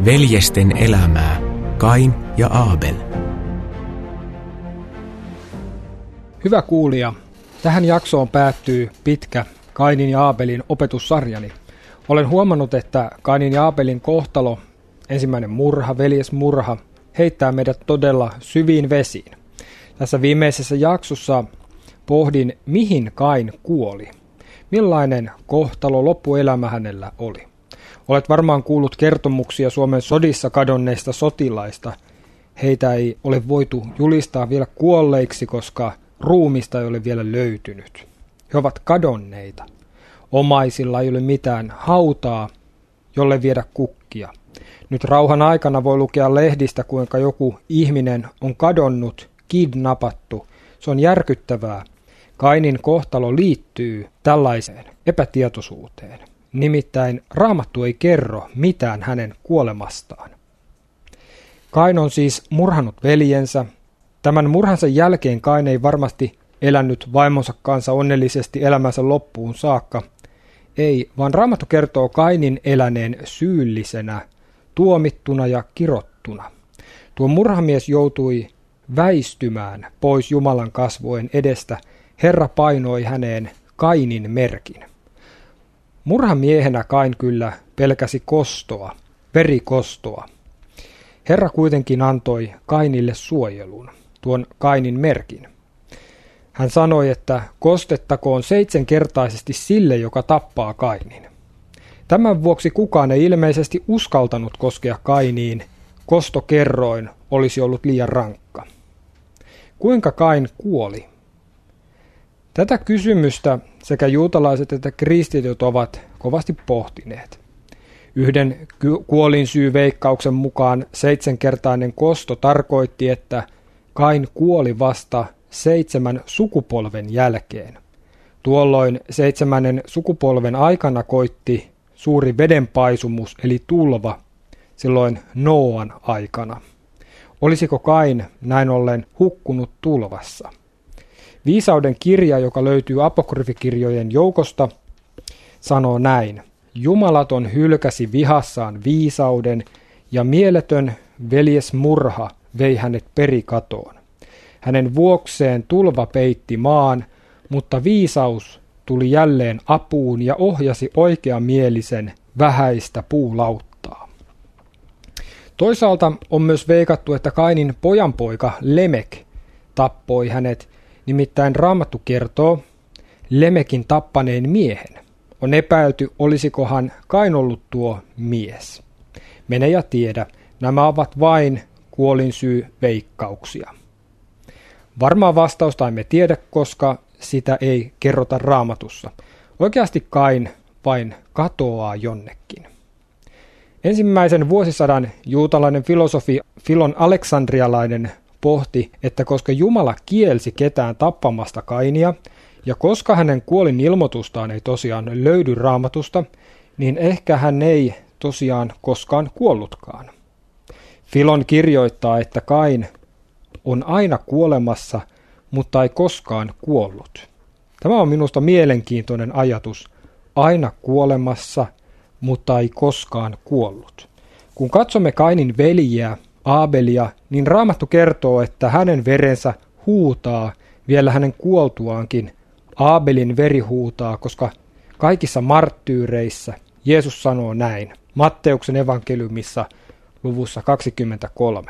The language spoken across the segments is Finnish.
Veljesten elämää, Kain ja Aabel. Hyvä kuulija, tähän jaksoon päättyy pitkä Kainin ja Aabelin opetussarjani. Olen huomannut, että Kainin ja Aabelin kohtalo, ensimmäinen murha, veljesmurha, heittää meidät todella syviin vesiin. Tässä viimeisessä jaksossa pohdin, mihin Kain kuoli. Millainen kohtalo, loppuelämä hänellä oli. Olet varmaan kuullut kertomuksia Suomen sodissa kadonneista sotilaista. Heitä ei ole voitu julistaa vielä kuolleiksi, koska ruumista ei ole vielä löytynyt. He ovat kadonneita. Omaisilla ei ole mitään hautaa, jolle viedä kukkia. Nyt rauhan aikana voi lukea lehdistä, kuinka joku ihminen on kadonnut, kidnappattu. Se on järkyttävää. Kainin kohtalo liittyy tällaiseen epätietoisuuteen. Nimittäin Raamattu ei kerro mitään hänen kuolemastaan. Kain on siis murhannut veljensä. Tämän murhansa jälkeen Kain ei varmasti elänyt vaimonsa kanssa onnellisesti elämänsä loppuun saakka. Ei, vaan Raamattu kertoo Kainin eläneen syyllisenä, tuomittuna ja kirottuna. Tuo murhamies joutui väistymään pois Jumalan kasvojen edestä. Herra painoi häneen Kainin merkin. Murhamiehenä Kain kyllä pelkäsi kostoa, verikostoa. Herra kuitenkin antoi Kainille suojelun, tuon Kainin merkin. Hän sanoi, että kostettakoon 7-kertaisesti sille, joka tappaa Kainin. Tämän vuoksi kukaan ei ilmeisesti uskaltanut koskea Kainiin, kostokerroin olisi ollut liian rankka. Kuinka Kain kuoli? Tätä kysymystä sekä juutalaiset että kristityt ovat kovasti pohtineet. Yhden kuolinsyyveikkauksen mukaan 7-kertainen kosto tarkoitti, että Kain kuoli vasta 7 sukupolven jälkeen. Tuolloin 7. sukupolven aikana koitti suuri vedenpaisumus eli tulva, silloin Nooan aikana. Olisiko Kain näin ollen hukkunut tulvassa? Viisauden kirja, joka löytyy apokryfikirjojen joukosta, sanoo näin. Jumalaton hylkäsi vihassaan viisauden ja mieletön veljesmurha vei hänet perikatoon. Hänen vuokseen tulva peitti maan, mutta viisaus tuli jälleen apuun ja ohjasi oikeamielisen vähäistä puulauttaa. Toisaalta on myös veikattu, että Kainin pojanpoika Lemek tappoi hänet. Nimittäin Raamattu kertoo Lemekin tappaneen miehen. On epäilty, olisikohan Kain ollut tuo mies. Mene ja tiedä, nämä ovat vain kuolinsyyveikkauksia. Varmaa vastausta emme tiedä, koska sitä ei kerrota Raamatussa. Oikeasti Kain vain katoaa jonnekin. Ensimmäisen vuosisadan juutalainen filosofi Filon Aleksandrialainen pohti, että koska Jumala kielsi ketään tappamasta Kainia, ja koska hänen kuolin ilmoitustaan ei tosiaan löydy Raamatusta, niin ehkä hän ei tosiaan koskaan kuollutkaan. Filon kirjoittaa, että Kain on aina kuolemassa, mutta ei koskaan kuollut. Tämä on minusta mielenkiintoinen ajatus. Aina kuolemassa, mutta ei koskaan kuollut. Kun katsomme Kainin veljiä, Aabelia, niin Raamattu kertoo, että hänen verensä huutaa vielä hänen kuoltuaankin. Aabelin veri huutaa, koska kaikissa marttyyreissä Jeesus sanoo näin. Matteuksen evankeliumissa luvussa 23.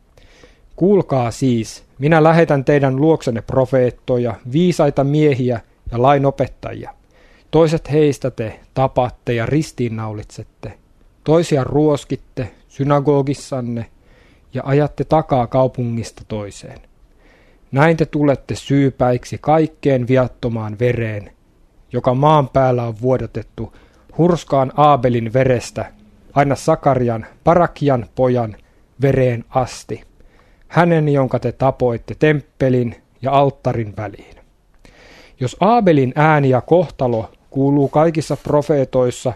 Kuulkaa siis, minä lähetän teidän luoksenne profeettoja, viisaita miehiä ja lainopettajia. Toiset heistä te tapatte ja ristiinnaulitsette. Toisia ruoskitte synagogissanne ja ajatte takaa kaupungista toiseen. Näin te tulette syypäiksi kaikkeen viattomaan vereen, joka maan päällä on vuodatettu hurskaan Aabelin verestä aina Sakarian, Parakian pojan vereen asti. Hänen, jonka te tapoitte temppelin ja alttarin väliin. Jos Aabelin ääni ja kohtalo kuuluu kaikissa profeetoissa,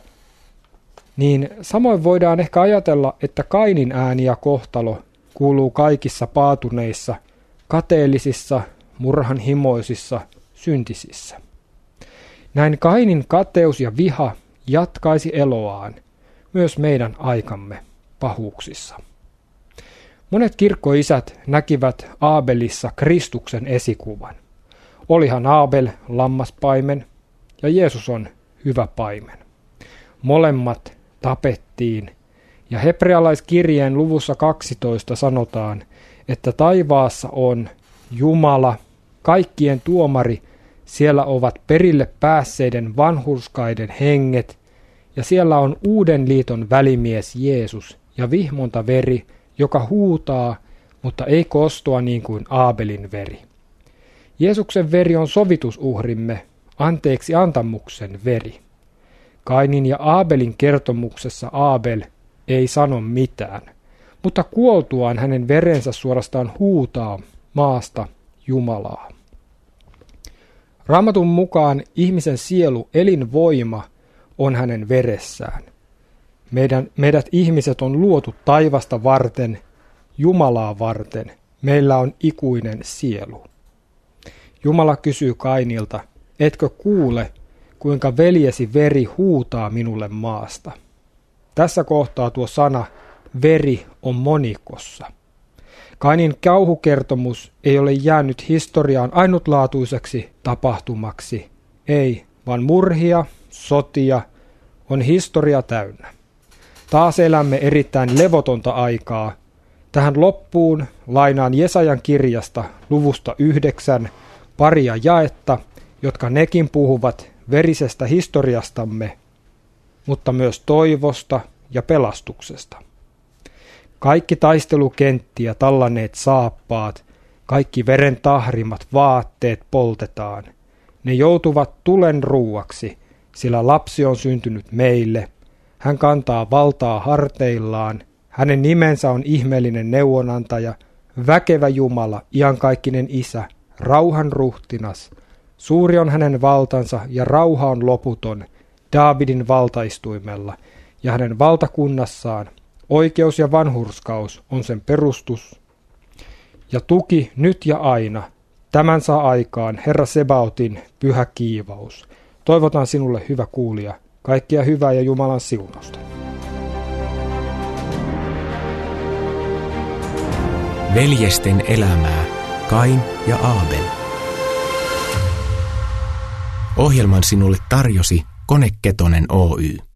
niin samoin voidaan ehkä ajatella, että Kainin ääni ja kohtalo kuuluu kaikissa paatuneissa, kateellisissa, murhanhimoisissa, syntisissä. Näin Kainin kateus ja viha jatkaisi eloaan myös meidän aikamme. pahuuksissa. Monet kirkkoisät näkivät Aabelissa Kristuksen esikuvan. Olihan Aabel lammaspaimen ja Jeesus on hyvä paimen. Molemmat tapettiin ja hebrealaiskirjeen luvussa 12 sanotaan, että taivaassa on Jumala, kaikkien tuomari, siellä ovat perille päässeiden vanhurskaiden henget ja siellä on uuden liiton välimies Jeesus ja vihmonta veri, joka huutaa, mutta ei kostoa niin kuin Aabelin veri. Jeesuksen veri on sovitusuhrimme, anteeksi antamuksen veri. Kainin ja Aabelin kertomuksessa Aabel ei sano mitään, mutta kuoltuaan hänen verensä suorastaan huutaa maasta Jumalaa. Raamatun mukaan ihmisen sielu elinvoima on hänen veressään. Meidät ihmiset on luotu taivasta varten, Jumalaa varten. Meillä on ikuinen sielu. Jumala kysyy Kainilta, etkö kuule, kuinka veljesi veri huutaa minulle maasta? Tässä kohtaa tuo sana veri on monikossa. Kainin kauhukertomus ei ole jäänyt historiaan ainutlaatuiseksi tapahtumaksi. Ei, vaan murhia, sotia on historia täynnä. Taas elämme erittäin levotonta aikaa. Tähän loppuun lainaan Jesajan kirjasta luvusta 9 paria jaetta, jotka nekin puhuvat verisestä historiastamme, mutta myös toivosta ja pelastuksesta. Kaikki taistelukenttiä tallaneet saappaat, kaikki veren tahrimat vaatteet poltetaan. Ne joutuvat tulen ruuaksi, sillä lapsi on syntynyt meille. Hän kantaa valtaa harteillaan. Hänen nimensä on ihmeellinen neuvonantaja, väkevä Jumala, iankaikkinen Isä, rauhan ruhtinas. Suuri on hänen valtansa ja rauha on loputon Daavidin valtaistuimella ja hänen valtakunnassaan. Oikeus ja vanhurskaus on sen perustus ja tuki nyt ja aina. Tämän saa aikaan Herra Sebaotin pyhä kiivaus. Toivotan sinulle, hyvä kuulija, kaikkia hyvää ja Jumalan siunausta. Veljesten elämää, Kain ja Aabel. Ohjelman sinulle tarjosi Kone Ketonen Oy.